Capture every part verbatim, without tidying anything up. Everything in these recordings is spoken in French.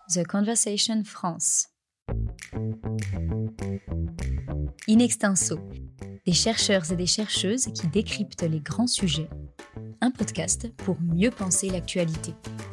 The Conversation France. In extenso, des chercheurs et des chercheuses qui décryptent les grands sujets. Un podcast pour mieux penser l'actualité.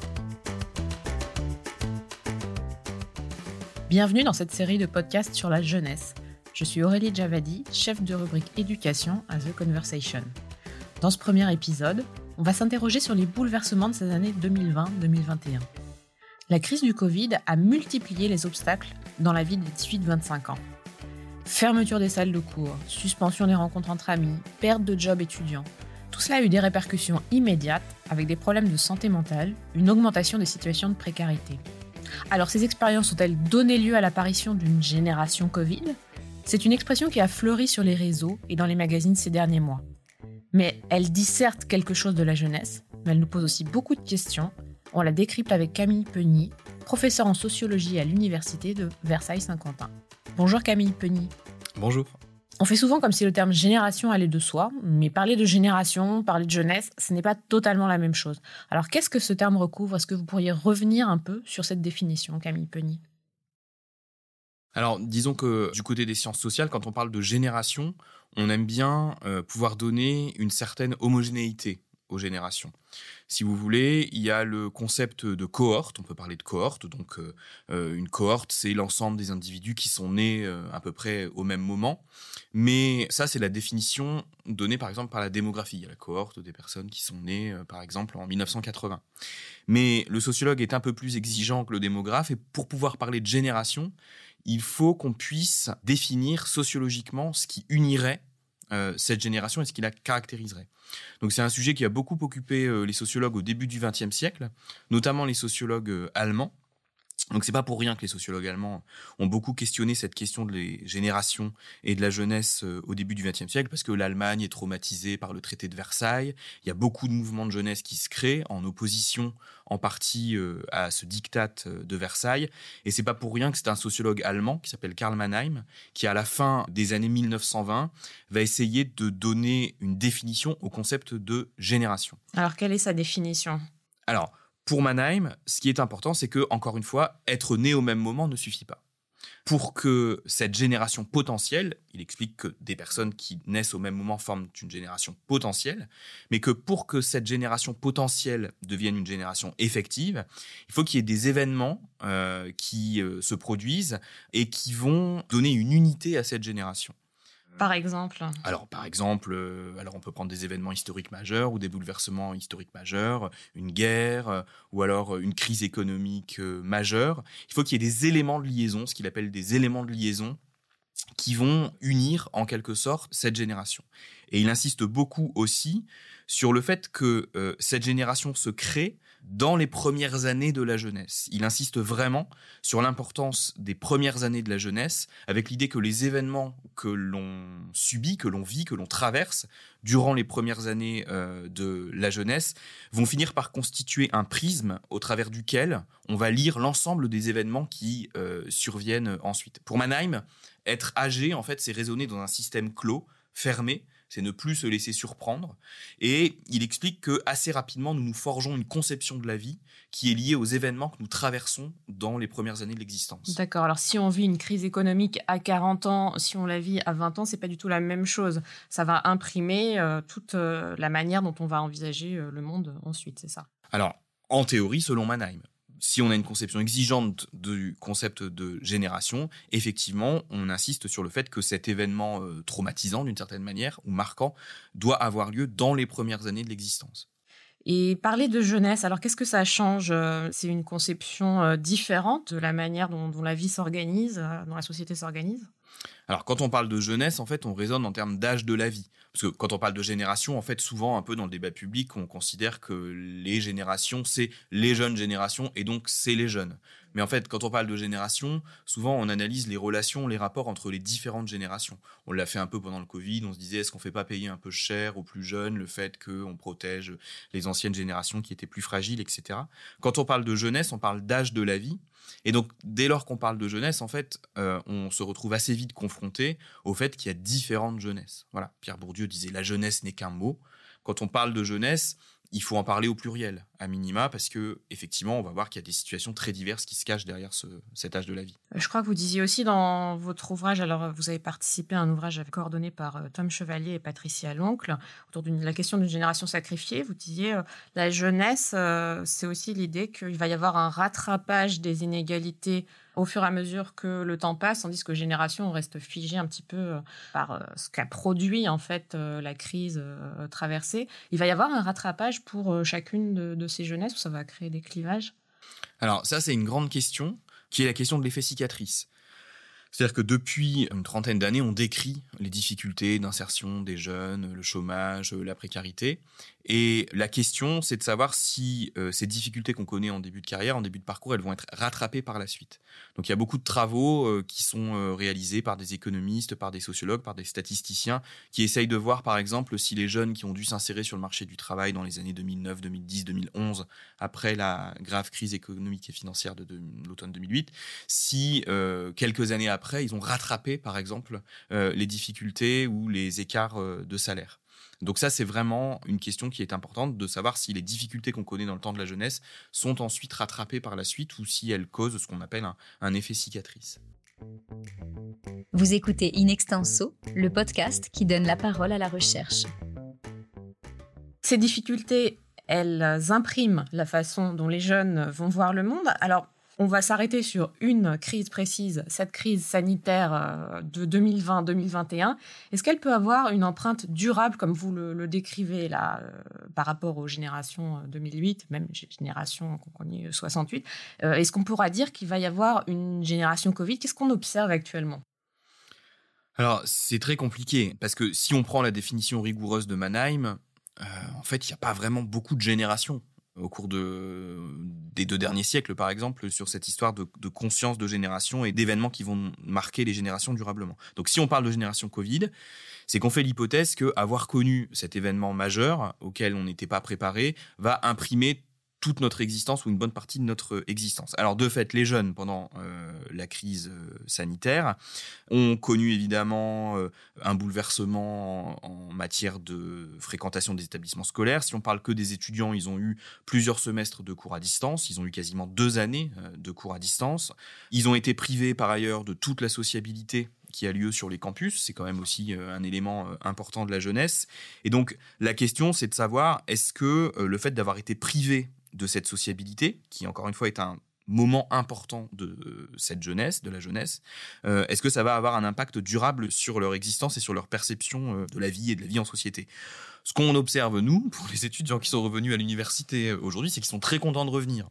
Bienvenue dans cette série de podcasts sur la jeunesse. Je suis Aurélie Javadi, chef de rubrique éducation à The Conversation. Dans ce premier épisode, on va s'interroger sur les bouleversements de ces années deux mille vingt deux mille vingt et un. La crise du Covid a multiplié les obstacles dans la vie des dix-huit vingt-cinq ans. Fermeture des salles de cours, suspension des rencontres entre amis, perte de job étudiant. Tout cela a eu des répercussions immédiates avec des problèmes de santé mentale, une augmentation des situations de précarité. Alors ces expériences ont-elles donné lieu à l'apparition d'une génération Covid ? C'est une expression qui a fleuri sur les réseaux et dans les magazines ces derniers mois. Mais elle dit certes quelque chose de la jeunesse, mais elle nous pose aussi beaucoup de questions. On la décrypte avec Camille Peny, professeure en sociologie à l'université de Versailles-Saint-Quentin. Bonjour Camille Peny. Bonjour. On fait souvent comme si le terme génération allait de soi, mais parler de génération, parler de jeunesse, ce n'est pas totalement la même chose. Alors qu'est-ce que ce terme recouvre ? Est-ce que vous pourriez revenir un peu sur cette définition, Camille Peny ? Alors, disons que du côté des sciences sociales, quand on parle de génération, on aime bien euh, pouvoir donner une certaine homogénéité aux générations. Si vous voulez, il y a le concept de cohorte, on peut parler de cohorte, donc euh, une cohorte, c'est l'ensemble des individus qui sont nés euh, à peu près au même moment, mais ça, c'est la définition donnée par exemple par la démographie. Il y a la cohorte des personnes qui sont nées, euh, par exemple, en dix-neuf cent quatre-vingts. Mais le sociologue est un peu plus exigeant que le démographe, et pour pouvoir parler de génération, il faut qu'on puisse définir sociologiquement ce qui unirait euh, cette génération et ce qui la caractériserait. Donc c'est un sujet qui a beaucoup occupé euh, les sociologues au début du vingtième siècle, notamment les sociologues euh, allemands. Donc c'est pas pour rien que les sociologues allemands ont beaucoup questionné cette question de les générations et de la jeunesse euh, au début du vingtième siècle, parce que l'Allemagne est traumatisée par le traité de Versailles. Il y a beaucoup de mouvements de jeunesse qui se créent en opposition en partie euh, à ce diktat euh, de Versailles. Et c'est pas pour rien que c'est un sociologue allemand qui s'appelle Karl Mannheim, qui à la fin des années mille neuf cent vingt va essayer de donner une définition au concept de génération. Alors quelle est sa définition ? Alors, pour Mannheim, ce qui est important, c'est que, encore une fois, être né au même moment ne suffit pas. Pour que cette génération potentielle, il explique que des personnes qui naissent au même moment forment une génération potentielle, mais que pour que cette génération potentielle devienne une génération effective, il faut qu'il y ait des événements euh, qui euh, se produisent et qui vont donner une unité à cette génération. Par exemple ? Alors, par exemple, euh, alors on peut prendre des événements historiques majeurs ou des bouleversements historiques majeurs, une guerre euh, ou alors une crise économique euh, majeure. Il faut qu'il y ait des éléments de liaison, ce qu'il appelle des éléments de liaison, qui vont unir en quelque sorte cette génération. Et il insiste beaucoup aussi sur le fait que euh, cette génération se crée dans les premières années de la jeunesse. Il insiste vraiment sur l'importance des premières années de la jeunesse, avec l'idée que les événements que l'on subit, que l'on vit, que l'on traverse durant les premières années euh, de la jeunesse vont finir par constituer un prisme au travers duquel on va lire l'ensemble des événements qui euh, surviennent ensuite. Pour Mannheim, être âgé, en fait, c'est raisonner dans un système clos, fermé, c'est ne plus se laisser surprendre. Et il explique que assez rapidement, nous nous forgeons une conception de la vie qui est liée aux événements que nous traversons dans les premières années de l'existence. D'accord. Alors, si on vit une crise économique à quarante ans, si on la vit à vingt ans, c'est pas du tout la même chose. Ça va imprimer euh, toute euh, la manière dont on va envisager euh, le monde ensuite, c'est ça ? Alors, en théorie, selon Mannheim, si on a une conception exigeante du concept de génération, effectivement, on insiste sur le fait que cet événement euh, traumatisant, d'une certaine manière, ou marquant, doit avoir lieu dans les premières années de l'existence. Et parler de jeunesse, alors qu'est-ce que ça change ? C'est une conception différente de la manière dont, dont la vie s'organise, dont la société s'organise ? Alors, quand on parle de jeunesse, en fait, on raisonne en termes d'âge de la vie. Parce que quand on parle de génération, en fait, souvent, un peu dans le débat public, on considère que les générations, c'est les jeunes générations, et donc c'est les jeunes. Mais en fait, quand on parle de génération, souvent, on analyse les relations, les rapports entre les différentes générations. On l'a fait un peu pendant le Covid, on se disait, est-ce qu'on fait pas payer un peu cher aux plus jeunes le fait qu'on protège les anciennes générations qui étaient plus fragiles, et cetera. Quand on parle de jeunesse, on parle d'âge de la vie. Et donc, dès lors qu'on parle de jeunesse, en fait, euh, on se retrouve assez vite confronté au fait qu'il y a différentes jeunesses. Voilà, Pierre Bourdieu disait « la jeunesse n'est qu'un mot ». Quand on parle de jeunesse, il faut en parler au pluriel, à minima, parce que effectivement, on va voir qu'il y a des situations très diverses qui se cachent derrière ce, cet âge de la vie. Je crois que vous disiez aussi dans votre ouvrage, alors vous avez participé à un ouvrage coordonné par Tom Chevalier et Patricia Loncle, autour de la question d'une génération sacrifiée. Vous disiez, euh, la jeunesse, euh, c'est aussi l'idée qu'il va y avoir un rattrapage des inégalités au fur et à mesure que le temps passe, tandis que génération, on reste figé un petit peu par euh, ce qu'a produit en fait euh, la crise euh, traversée. Il va y avoir un rattrapage pour euh, chacune de, de ces jeunesses ou ça va créer des clivages ? Alors ça, c'est une grande question, qui est la question de l'effet cicatrice. C'est-à-dire que depuis une trentaine d'années, on décrit les difficultés d'insertion des jeunes, le chômage, la précarité. Et la question, c'est de savoir si euh, ces difficultés qu'on connaît en début de carrière, en début de parcours, elles vont être rattrapées par la suite. Donc il y a beaucoup de travaux euh, qui sont euh, réalisés par des économistes, par des sociologues, par des statisticiens, qui essayent de voir, par exemple, si les jeunes qui ont dû s'insérer sur le marché du travail dans les années deux mille neuf, deux mille dix, deux mille onze, après la grave crise économique et financière de, de, de l'automne deux mille huit, si euh, quelques années après, ils ont rattrapé, par exemple, euh, les difficultés ou les écarts euh, de salaire. Donc ça, c'est vraiment une question qui est importante, de savoir si les difficultés qu'on connaît dans le temps de la jeunesse sont ensuite rattrapées par la suite ou si elles causent ce qu'on appelle un, un effet cicatrice. Vous écoutez In Extenso, le podcast qui donne la parole à la recherche. Ces difficultés, elles impriment la façon dont les jeunes vont voir le monde. Alors, on va s'arrêter sur une crise précise, cette crise sanitaire de deux mille vingt deux mille vingt et un. Est-ce qu'elle peut avoir une empreinte durable, comme vous le, le décrivez là, euh, par rapport aux générations deux mille huit, même génération qu'on connaît soixante-huit euh, Est-ce qu'on pourra dire qu'il va y avoir une génération Covid ? Qu'est-ce qu'on observe actuellement ? Alors, c'est très compliqué, parce que si on prend la définition rigoureuse de Mannheim, euh, en fait, il n'y a pas vraiment beaucoup de générations au cours de, des deux derniers siècles, par exemple, sur cette histoire de, de conscience de génération et d'événements qui vont marquer les générations durablement. Donc, si on parle de génération Covid, c'est qu'on fait l'hypothèse qu'avoir connu cet événement majeur auquel on n'était pas préparé va imprimer toute notre existence ou une bonne partie de notre existence. Alors de fait, les jeunes, pendant euh, la crise euh, sanitaire, ont connu évidemment euh, un bouleversement en, en matière de fréquentation des établissements scolaires. Si on parle que des étudiants, ils ont eu plusieurs semestres de cours à distance, ils ont eu quasiment deux années euh, de cours à distance. Ils ont été privés par ailleurs de toute la sociabilité qui a lieu sur les campus, c'est quand même aussi euh, un élément euh, important de la jeunesse. Et donc la question, c'est de savoir, est-ce que euh, le fait d'avoir été privé de cette sociabilité, qui encore une fois est un moment important de euh, cette jeunesse, de la jeunesse, euh, est-ce que ça va avoir un impact durable sur leur existence et sur leur perception euh, de la vie et de la vie en société ? Ce qu'on observe, nous, pour les étudiants qui sont revenus à l'université aujourd'hui, c'est qu'ils sont très contents de revenir.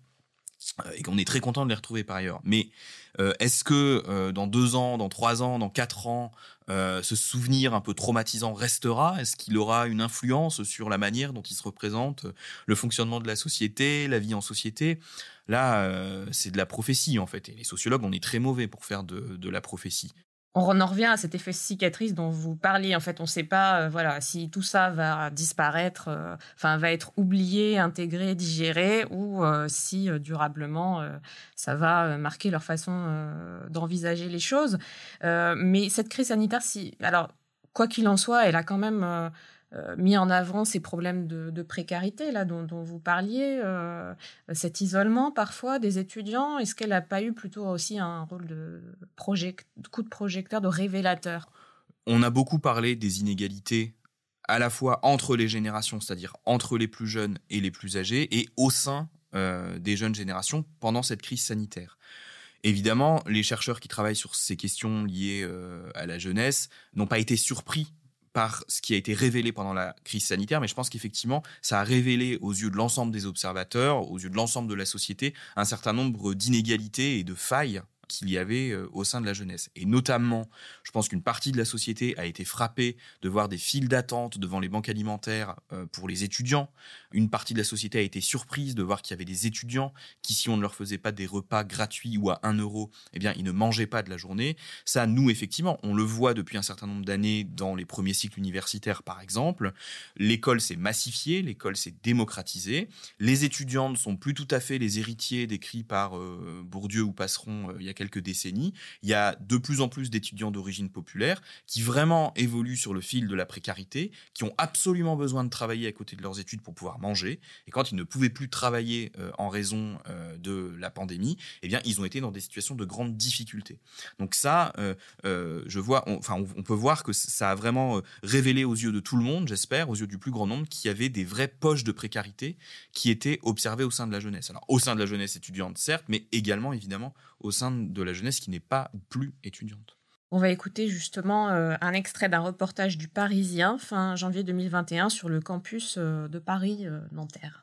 Et qu'on est très content de les retrouver par ailleurs. Mais euh, est-ce que euh, dans deux ans, dans trois ans, dans quatre ans, euh, ce souvenir un peu traumatisant restera ? Est-ce qu'il aura une influence sur la manière dont il se représente le fonctionnement de la société, la vie en société ? Là, euh, c'est de la prophétie en fait. Et les sociologues, on est très mauvais pour faire de, de la prophétie. On en revient à cet effet cicatrice dont vous parliez. En fait, on ne sait pas euh, voilà, si tout ça va disparaître, euh, enfin, va être oublié, intégré, digéré, ou euh, si euh, durablement euh, ça va euh, marquer leur façon euh, d'envisager les choses. Euh, mais cette crise sanitaire, si, alors, quoi qu'il en soit, elle a quand même euh, euh, mis en avant ces problèmes de, de précarité là, dont, dont vous parliez, euh, cet isolement parfois des étudiants. Est-ce qu'elle n'a pas eu plutôt aussi un rôle de, project, de coup de projecteur, de révélateur ? On a beaucoup parlé des inégalités à la fois entre les générations, c'est-à-dire entre les plus jeunes et les plus âgés, et au sein euh, des jeunes générations pendant cette crise sanitaire. Évidemment, les chercheurs qui travaillent sur ces questions liées euh, à la jeunesse n'ont pas été surpris par ce qui a été révélé pendant la crise sanitaire, mais je pense qu'effectivement, ça a révélé aux yeux de l'ensemble des observateurs, aux yeux de l'ensemble de la société, un certain nombre d'inégalités et de failles qu'il y avait euh, au sein de la jeunesse. Et notamment, je pense qu'une partie de la société a été frappée de voir des files d'attente devant les banques alimentaires euh, pour les étudiants. Une partie de la société a été surprise de voir qu'il y avait des étudiants qui, si on ne leur faisait pas des repas gratuits ou à un euro, eh bien, ils ne mangeaient pas de la journée. Ça, nous, effectivement, on le voit depuis un certain nombre d'années dans les premiers cycles universitaires, par exemple. L'école s'est massifiée, l'école s'est démocratisée. Les étudiants ne sont plus tout à fait les héritiers décrits par euh, Bourdieu ou Passeron euh, il y a quelques décennies. Il y a de plus en plus d'étudiants d'origine populaire qui vraiment évoluent sur le fil de la précarité, qui ont absolument besoin de travailler à côté de leurs études pour pouvoir manger. Et quand ils ne pouvaient plus travailler euh, en raison euh, de la pandémie, eh bien, ils ont été dans des situations de grande difficulté. Donc ça, euh, euh, je vois, on, enfin, on, on peut voir que ça a vraiment euh, révélé aux yeux de tout le monde, j'espère, aux yeux du plus grand nombre, qu'il y avait des vraies poches de précarité qui étaient observées au sein de la jeunesse. Alors, au sein de la jeunesse étudiante, certes, mais également, évidemment, au sein de la jeunesse qui n'est pas ou plus étudiante. On va écouter justement euh, un extrait d'un reportage du Parisien, fin janvier deux mille vingt et un, sur le campus euh, de Paris-Nanterre.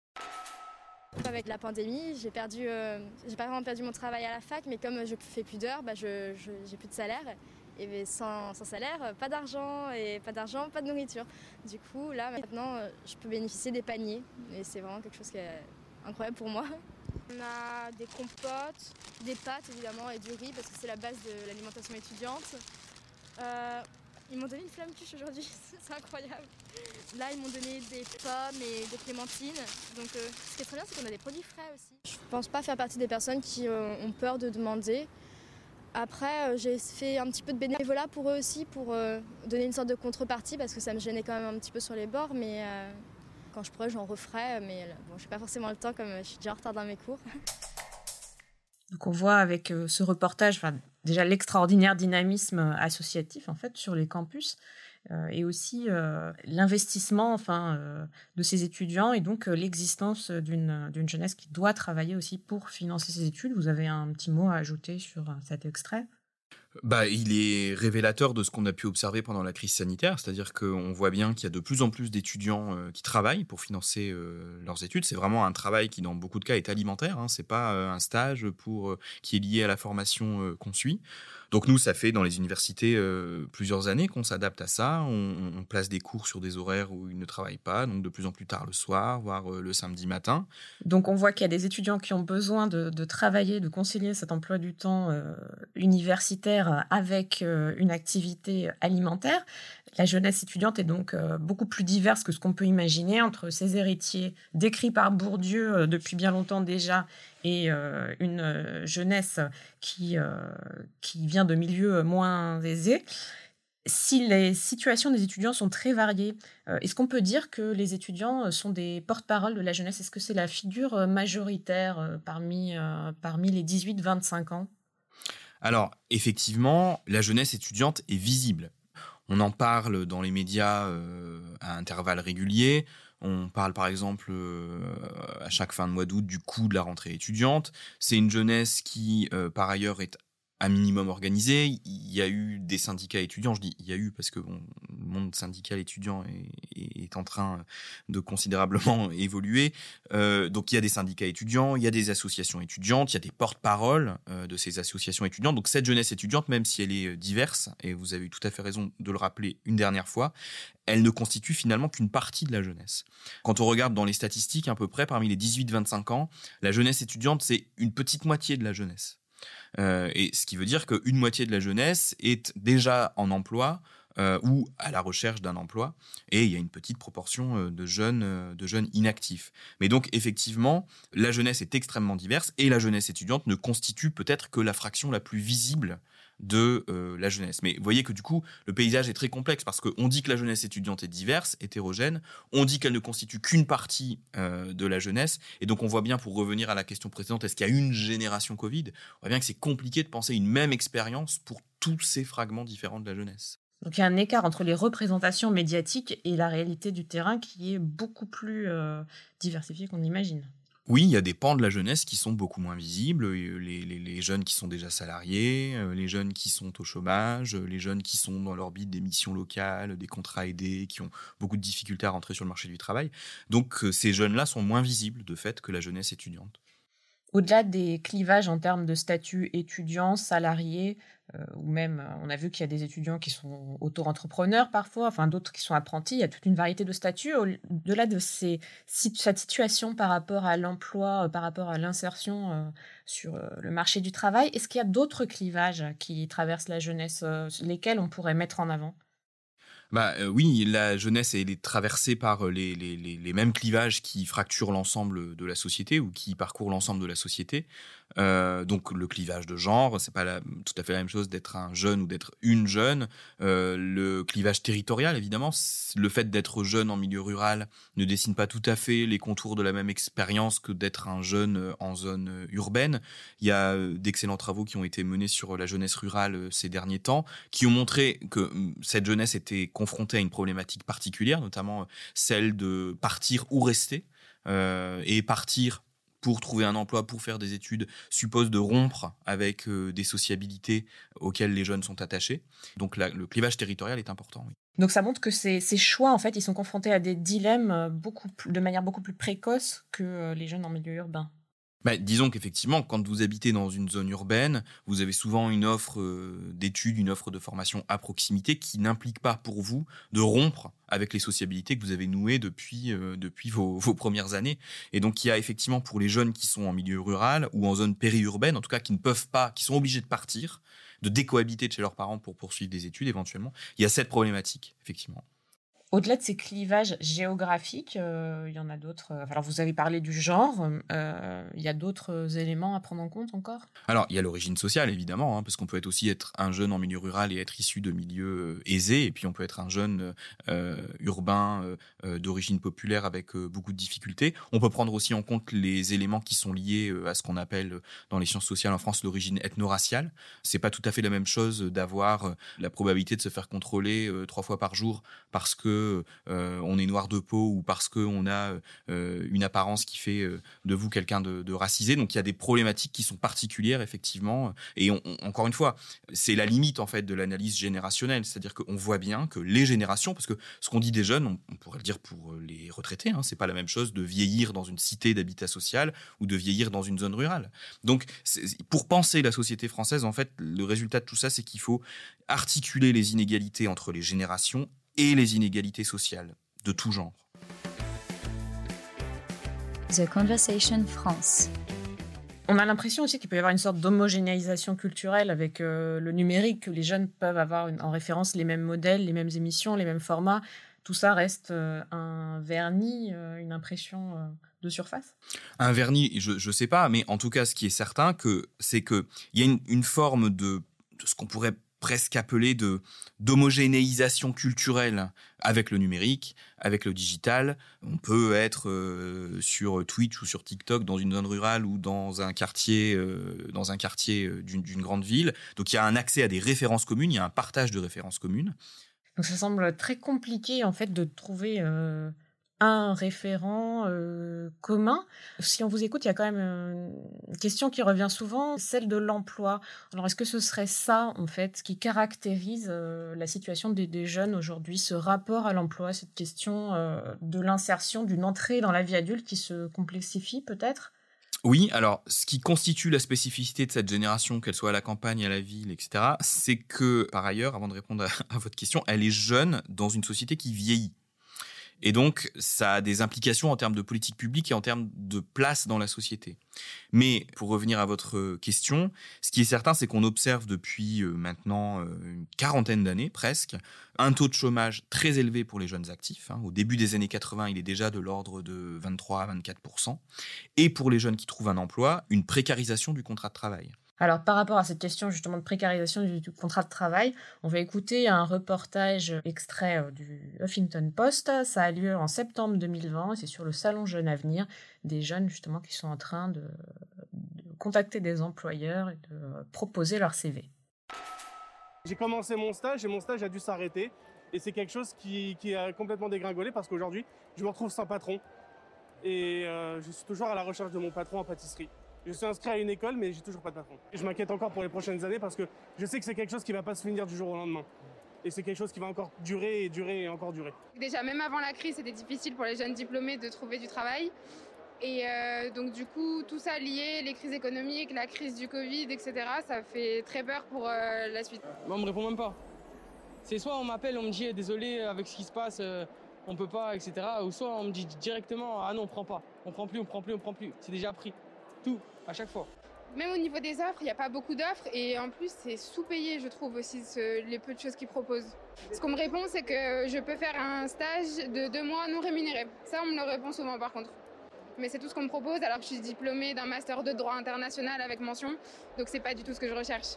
Avec la pandémie, j'ai perdu, euh, j'ai pas vraiment perdu mon travail à la fac, mais comme je fais plus d'heures, bah je, je, j'ai plus de salaire. Et sans, sans salaire, pas d'argent, et pas d'argent, pas de nourriture. Du coup, là, maintenant, je peux bénéficier des paniers. Et c'est vraiment quelque chose qui est incroyable pour moi. On a des compotes, des pâtes évidemment, et du riz, parce que c'est la base de l'alimentation étudiante. Euh, ils m'ont donné une flamme cuche aujourd'hui, c'est incroyable. Là, ils m'ont donné des pommes et des clémentines. Donc, euh, ce qui est très bien, c'est qu'on a des produits frais aussi. Je pense pas faire partie des personnes qui euh, ont peur de demander. Après, euh, j'ai fait un petit peu de bénévolat pour eux aussi, pour euh, donner une sorte de contrepartie, parce que ça me gênait quand même un petit peu sur les bords, mais euh, quand je pourrais, j'en referais, mais bon, je n'ai pas forcément le temps, comme je suis déjà en retard dans mes cours. Donc on voit avec euh, ce reportage, enfin, déjà l'extraordinaire dynamisme associatif en fait sur les campus, euh, et aussi euh, l'investissement enfin, euh, de ces étudiants, et donc euh, l'existence d'une, d'une jeunesse qui doit travailler aussi pour financer ses études. Vous avez un petit mot à ajouter sur euh, cet extrait ? Bah, il est révélateur de ce qu'on a pu observer pendant la crise sanitaire, c'est-à-dire qu'on voit bien qu'il y a de plus en plus d'étudiants euh, qui travaillent pour financer euh, leurs études. C'est vraiment un travail qui, dans beaucoup de cas, est alimentaire. Hein. C'est pas euh, un stage pour, euh, qui est lié à la formation euh, qu'on suit. Donc nous, ça fait dans les universités euh, plusieurs années qu'on s'adapte à ça. On, on place des cours sur des horaires où ils ne travaillent pas, donc de plus en plus tard le soir, voire euh, le samedi matin. Donc on voit qu'il y a des étudiants qui ont besoin de, de travailler, de concilier cet emploi du temps euh, universitaire avec euh, une activité alimentaire. La jeunesse étudiante est donc euh, beaucoup plus diverse que ce qu'on peut imaginer, entre ses héritiers décrits par Bourdieu euh, depuis bien longtemps déjà, et euh, une euh, jeunesse qui, euh, qui vient de milieux moins aisés. Si les situations des étudiants sont très variées, euh, est-ce qu'on peut dire que les étudiants sont des porte-parole de la jeunesse ? Est-ce que c'est la figure majoritaire euh, parmi, euh, parmi les dix-huit vingt-cinq ans ? Alors, effectivement, la jeunesse étudiante est visible. On en parle dans les médias euh, à intervalles réguliers. On parle par exemple euh, à chaque fin de mois d'août du coût de la rentrée étudiante. C'est une jeunesse qui, euh, par ailleurs, est un minimum organisé. Il y a eu des syndicats étudiants, je dis il y a eu parce que bon, le monde syndical étudiant est, est en train de considérablement évoluer. Euh, donc il y a des syndicats étudiants, il y a des associations étudiantes, il y a des porte-paroles euh, de ces associations étudiantes. Donc cette jeunesse étudiante, même si elle est diverse, et vous avez eu tout à fait raison de le rappeler une dernière fois, elle ne constitue finalement qu'une partie de la jeunesse. Quand on regarde dans les statistiques, à peu près parmi les dix-huit vingt-cinq ans, la jeunesse étudiante, c'est une petite moitié de la jeunesse. Euh, et ce qui veut dire qu'une moitié de la jeunesse est déjà en emploi euh, ou à la recherche d'un emploi, et il y a une petite proportion euh, de jeunes, euh, de jeunes inactifs. Mais donc effectivement, la jeunesse est extrêmement diverse, et la jeunesse étudiante ne constitue peut-être que la fraction la plus visible de euh, la jeunesse. Mais vous voyez que du coup, le paysage est très complexe, parce qu'on dit que la jeunesse étudiante est diverse, hétérogène, on dit qu'elle ne constitue qu'une partie euh, de la jeunesse, et donc on voit bien, pour revenir à la question précédente, est-ce qu'il y a une génération Covid ? On voit bien que c'est compliqué de penser une même expérience pour tous ces fragments différents de la jeunesse. Donc il y a un écart entre les représentations médiatiques et la réalité du terrain qui est beaucoup plus euh, diversifiée qu'on imagine. Oui, il y a des pans de la jeunesse qui sont beaucoup moins visibles, les, les, les jeunes qui sont déjà salariés, les jeunes qui sont au chômage, les jeunes qui sont dans l'orbite des missions locales, des contrats aidés, qui ont beaucoup de difficultés à rentrer sur le marché du travail. Donc ces jeunes-là sont moins visibles de fait que la jeunesse étudiante. Au-delà des clivages en termes de statut étudiant, salarié, euh, ou même, on a vu qu'il y a des étudiants qui sont auto-entrepreneurs parfois, enfin d'autres qui sont apprentis, il y a toute une variété de statuts. Au-delà de ces, cette situation par rapport à l'emploi, par rapport à l'insertion euh, sur euh, le marché du travail, est-ce qu'il y a d'autres clivages qui traversent la jeunesse, euh, lesquels on pourrait mettre en avant ? Bah euh, oui, la jeunesse elle est traversée par les, les, les, les mêmes clivages qui fracturent l'ensemble de la société ou qui parcourent l'ensemble de la société. Euh, donc le clivage de genre, c'est pas la, tout à fait la même chose d'être un jeune ou d'être une jeune. Euh, le clivage territorial, évidemment, le fait d'être jeune en milieu rural ne dessine pas tout à fait les contours de la même expérience que d'être un jeune en zone urbaine. Il y a d'excellents travaux qui ont été menés sur la jeunesse rurale ces derniers temps, qui ont montré que cette jeunesse était confrontée à une problématique particulière, notamment celle de partir ou rester, euh, et partir pour trouver un emploi, pour faire des études, suppose de rompre avec euh, des sociabilités auxquelles les jeunes sont attachés. Donc la, le clivage territorial est important. Oui. Donc ça montre que ces, ces choix, en fait, ils sont confrontés à des dilemmes beaucoup plus, de manière beaucoup plus précoce que les jeunes en milieu urbain. Bah, disons qu'effectivement, quand vous habitez dans une zone urbaine, vous avez souvent une offre euh, d'études, une offre de formation à proximité qui n'implique pas pour vous de rompre avec les sociabilités que vous avez nouées depuis, euh, depuis vos, vos premières années. Et donc, il y a effectivement pour les jeunes qui sont en milieu rural ou en zone périurbaine, en tout cas qui ne peuvent pas, qui sont obligés de partir, de décohabiter de chez leurs parents pour poursuivre des études éventuellement, il y a cette problématique, effectivement. Au-delà de ces clivages géographiques, euh, il y en a d'autres. Alors, vous avez parlé du genre. Euh, il y a d'autres éléments à prendre en compte encore ? Alors, il y a l'origine sociale, évidemment, hein, parce qu'on peut être aussi être un jeune en milieu rural et être issu de milieux euh, aisés, et puis on peut être un jeune euh, urbain euh, d'origine populaire avec euh, beaucoup de difficultés. On peut prendre aussi en compte les éléments qui sont liés euh, à ce qu'on appelle dans les sciences sociales en France l'origine ethno-raciale. C'est pas tout à fait la même chose d'avoir euh, la probabilité de se faire contrôler euh, trois fois par jour parce que Euh, on est noir de peau ou parce qu'on a euh, une apparence qui fait euh, de vous quelqu'un de, de racisé. Donc il y a des problématiques qui sont particulières effectivement. Et on, on, encore une fois, c'est la limite en fait de l'analyse générationnelle, c'est-à-dire qu'on voit bien que les générations, parce que ce qu'on dit des jeunes, on, on pourrait le dire pour les retraités, hein, c'est pas la même chose de vieillir dans une cité d'habitat social ou de vieillir dans une zone rurale. Donc pour penser la société française, en fait, le résultat de tout ça, c'est qu'il faut articuler les inégalités entre les générations et les inégalités sociales de tout genre. The Conversation France. On a l'impression aussi qu'il peut y avoir une sorte d'homogénéisation culturelle avec euh, le numérique, que les jeunes peuvent avoir une, en référence les mêmes modèles, les mêmes émissions, les mêmes formats. Tout ça reste euh, un vernis, euh, une impression euh, de surface ? Un vernis, je ne sais pas, mais en tout cas, ce qui est certain, que, c'est qu'il y a une, une forme de, de ce qu'on pourrait presque appelé de, d'homogénéisation culturelle avec le numérique, avec le digital. On peut être euh, sur Twitch ou sur TikTok dans une zone rurale ou dans un quartier, euh, dans un quartier d'une, d'une grande ville. Donc il y a un accès à des références communes, il y a un partage de références communes. Donc ça semble très compliqué en fait de trouver euh, un référent euh, commun. Si on vous écoute, il y a quand même une question qui revient souvent, celle de l'emploi. Alors est-ce que ce serait ça en fait qui caractérise euh, la situation des, des jeunes aujourd'hui, ce rapport à l'emploi, cette question euh, de l'insertion, d'une entrée dans la vie adulte qui se complexifie peut-être ? Oui, alors ce qui constitue la spécificité de cette génération, qu'elle soit à la campagne, à la ville, et cetera, c'est que, par ailleurs, avant de répondre à, à votre question, elle est jeune dans une société qui vieillit. Et donc, ça a des implications en termes de politique publique et en termes de place dans la société. Mais pour revenir à votre question, ce qui est certain, c'est qu'on observe depuis maintenant une quarantaine d'années presque un taux de chômage très élevé pour les jeunes actifs. Au début des années quatre-vingts, il est déjà de l'ordre de vingt-trois à vingt-quatre pour cent. Et pour les jeunes qui trouvent un emploi, une précarisation du contrat de travail. Alors, par rapport à cette question justement de précarisation du, du contrat de travail, on va écouter un reportage extrait du Huffington Post. Ça a lieu en septembre deux mille vingt. C'est sur le salon Jeunes Avenir, des jeunes justement qui sont en train de, de contacter des employeurs et de proposer leur C V. J'ai commencé mon stage et mon stage a dû s'arrêter. Et c'est quelque chose qui, qui a complètement dégringolé parce qu'aujourd'hui, je me retrouve sans patron. Et euh, je suis toujours à la recherche de mon patron en pâtisserie. Je suis inscrit à une école, mais j'ai toujours pas de patron. Je m'inquiète encore pour les prochaines années parce que je sais que c'est quelque chose qui va pas se finir du jour au lendemain. Et c'est quelque chose qui va encore durer et durer et encore durer. Déjà, même avant la crise, c'était difficile pour les jeunes diplômés de trouver du travail. Et euh, donc du coup, tout ça lié, les crises économiques, la crise du Covid, et cetera, ça fait très peur pour euh, la suite. Moi, on me répond même pas. C'est soit on m'appelle, on me dit désolé avec ce qui se passe, euh, on peut pas, et cetera. Ou soit on me dit directement ah non, on prend pas, on prend plus, on prend plus, on prend plus. C'est déjà pris. Tout, à chaque fois. Même au niveau des offres, il n'y a pas beaucoup d'offres et en plus, c'est sous-payé, je trouve aussi, ce, les peu de choses qu'ils proposent. Ce qu'on me répond, c'est que je peux faire un stage de deux mois non rémunéré. Ça, on me le répond souvent par contre. Mais c'est tout ce qu'on me propose alors que je suis diplômée d'un master de droit international avec mention. Donc, c'est pas du tout ce que je recherche.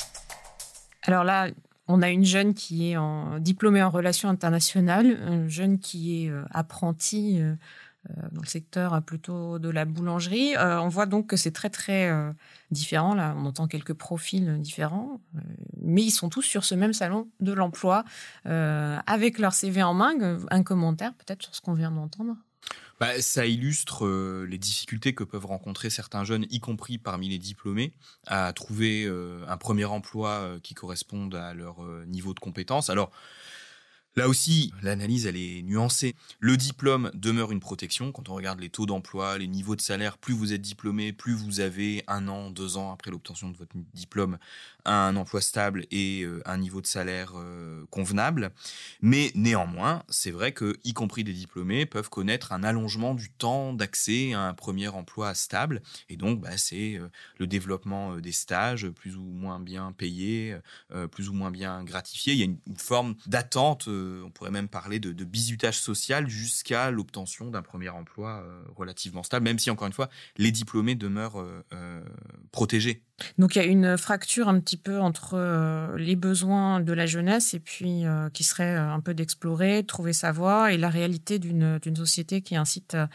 Alors là, on a une jeune qui est en, diplômée en relations internationales, un jeune qui est euh, apprenti euh, dans le secteur plutôt de la boulangerie. Euh, on voit donc que c'est très, très euh, différent. Là, on entend quelques profils différents, euh, mais ils sont tous sur ce même salon de l'emploi, euh, avec leur C V en main. Un commentaire peut-être sur ce qu'on vient d'entendre? Bah, ça illustre euh, les difficultés que peuvent rencontrer certains jeunes, y compris parmi les diplômés, à trouver euh, un premier emploi euh, qui corresponde à leur euh, niveau de compétence. Alors, là aussi, l'analyse, elle est nuancée. Le diplôme demeure une protection. Quand on regarde les taux d'emploi, les niveaux de salaire, plus vous êtes diplômé, plus vous avez un an, deux ans après l'obtention de votre diplôme, un emploi stable et euh, un niveau de salaire euh, convenable. Mais néanmoins, c'est vrai que, y compris des diplômés, peuvent connaître un allongement du temps d'accès à un premier emploi stable. Et donc, bah, c'est euh, le développement euh, des stages, plus ou moins bien payés, euh, plus ou moins bien gratifiés. Il y a une, une forme d'attente, euh, on pourrait même parler de, de bizutage social jusqu'à l'obtention d'un premier emploi euh, relativement stable, même si, encore une fois, les diplômés demeurent euh, euh, protégés. Donc, il y a une fracture un petit peu entre euh, les besoins de la jeunesse et puis euh, qui serait un peu d'explorer, de trouver sa voie, et la réalité d'une, d'une société qui incite euh,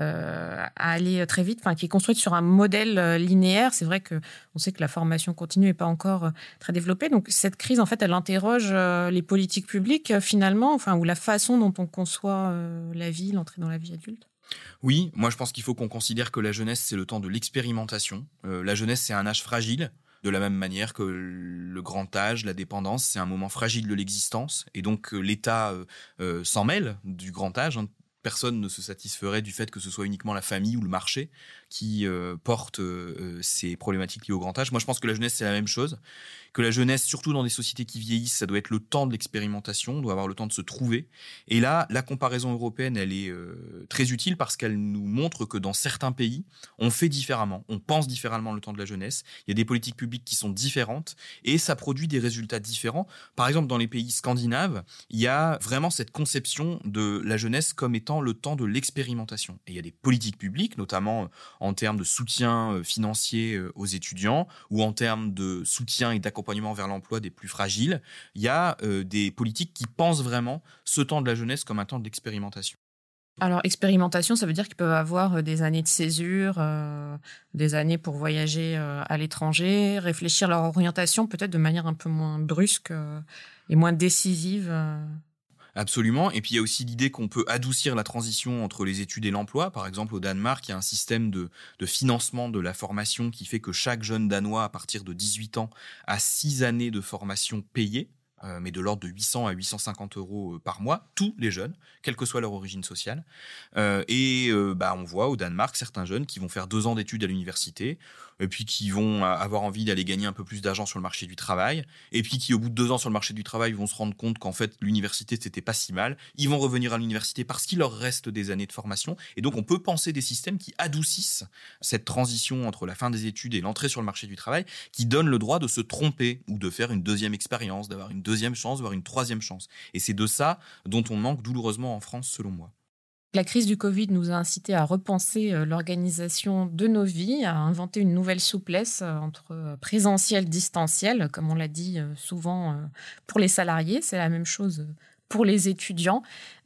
à aller très vite, enfin, qui est construite sur un modèle euh, linéaire. C'est vrai qu'on sait que la formation continue n'est pas encore euh, très développée. Donc, cette crise, en fait, elle interroge euh, les politiques publiques, euh, finalement, enfin, ou la façon dont on conçoit euh, la vie, l'entrée dans la vie adulte. Oui, moi je pense qu'il faut qu'on considère que la jeunesse, c'est le temps de l'expérimentation. Euh, la jeunesse, c'est un âge fragile, de la même manière que le grand âge, la dépendance, c'est un moment fragile de l'existence. Et donc euh, l'État euh, euh, s'en mêle du grand âge. Hein. Personne ne se satisferait du fait que ce soit uniquement la famille ou le marché qui euh, porte euh, ces problématiques liées au grand âge. Moi, je pense que la jeunesse, c'est la même chose. Que la jeunesse, surtout dans des sociétés qui vieillissent, ça doit être le temps de l'expérimentation, on doit avoir le temps de se trouver. Et là, la comparaison européenne, elle est euh, très utile parce qu'elle nous montre que dans certains pays, on fait différemment, on pense différemment le temps de la jeunesse. Il y a des politiques publiques qui sont différentes et ça produit des résultats différents. Par exemple, dans les pays scandinaves, il y a vraiment cette conception de la jeunesse comme étant le temps de l'expérimentation. Et il y a des politiques publiques, notamment en termes de soutien financier aux étudiants ou en termes de soutien et d'accompagnement vers l'emploi des plus fragiles. Il y a euh, des politiques qui pensent vraiment ce temps de la jeunesse comme un temps d'expérimentation. Alors, expérimentation, ça veut dire qu'ils peuvent avoir des années de césure, euh, des années pour voyager euh, à l'étranger, réfléchir leur orientation peut-être de manière un peu moins brusque euh, et moins décisive. Euh. Absolument. Et puis, il y a aussi l'idée qu'on peut adoucir la transition entre les études et l'emploi. Par exemple, au Danemark, il y a un système de, de financement de la formation qui fait que chaque jeune Danois, à partir de dix-huit ans, a six années de formation payée, euh, mais de l'ordre de huit cents à huit cent cinquante euros par mois, tous les jeunes, quelle que soit leur origine sociale. Euh, et euh, bah, on voit au Danemark certains jeunes qui vont faire deux ans d'études à l'université, et puis qui vont avoir envie d'aller gagner un peu plus d'argent sur le marché du travail, et puis qui, au bout de deux ans sur le marché du travail, vont se rendre compte qu'en fait, l'université, c'était pas si mal. Ils vont revenir à l'université parce qu'il leur reste des années de formation. Et donc, on peut penser des systèmes qui adoucissent cette transition entre la fin des études et l'entrée sur le marché du travail, qui donnent le droit de se tromper ou de faire une deuxième expérience, d'avoir une deuxième chance, voire une troisième chance. Et c'est de ça dont on manque douloureusement en France, selon moi. La crise du Covid nous a incité à repenser l'organisation de nos vies, à inventer une nouvelle souplesse entre présentiel et distanciel, comme on l'a dit souvent pour les salariés. C'est la même chose pour les étudiants.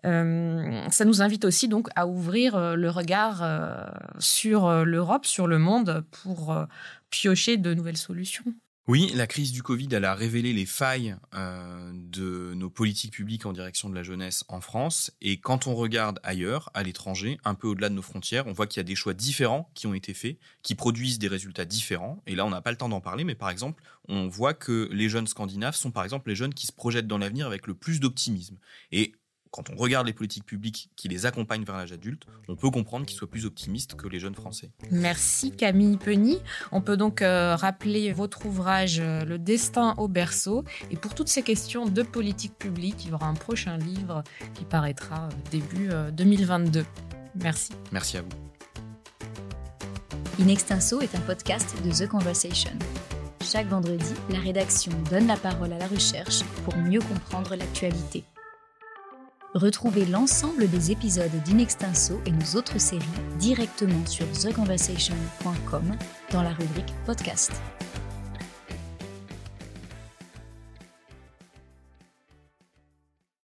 Euh, ça nous invite aussi donc à ouvrir le regard euh, sur l'Europe, sur le monde, pour euh, piocher de nouvelles solutions. Oui, la crise du Covid, elle a révélé les failles euh, de nos politiques publiques en direction de la jeunesse en France. Et quand on regarde ailleurs, à l'étranger, un peu au-delà de nos frontières, on voit qu'il y a des choix différents qui ont été faits, qui produisent des résultats différents. Et là, on n'a pas le temps d'en parler, mais par exemple, on voit que les jeunes scandinaves sont par exemple les jeunes qui se projettent dans l'avenir avec le plus d'optimisme. Et quand on regarde les politiques publiques qui les accompagnent vers l'âge adulte, on peut comprendre qu'ils soient plus optimistes que les jeunes Français. Merci Camille Penny. On peut donc euh, rappeler votre ouvrage euh, « Le destin au berceau ». Et pour toutes ces questions de politique publique, il y aura un prochain livre qui paraîtra euh, début euh, deux mille vingt-deux. Merci. Merci à vous. In Extenso est un podcast de The Conversation. Chaque vendredi, la rédaction donne la parole à la recherche pour mieux comprendre l'actualité. Retrouvez l'ensemble des épisodes d'In Extenso et nos autres séries directement sur the conversation point com dans la rubrique podcast.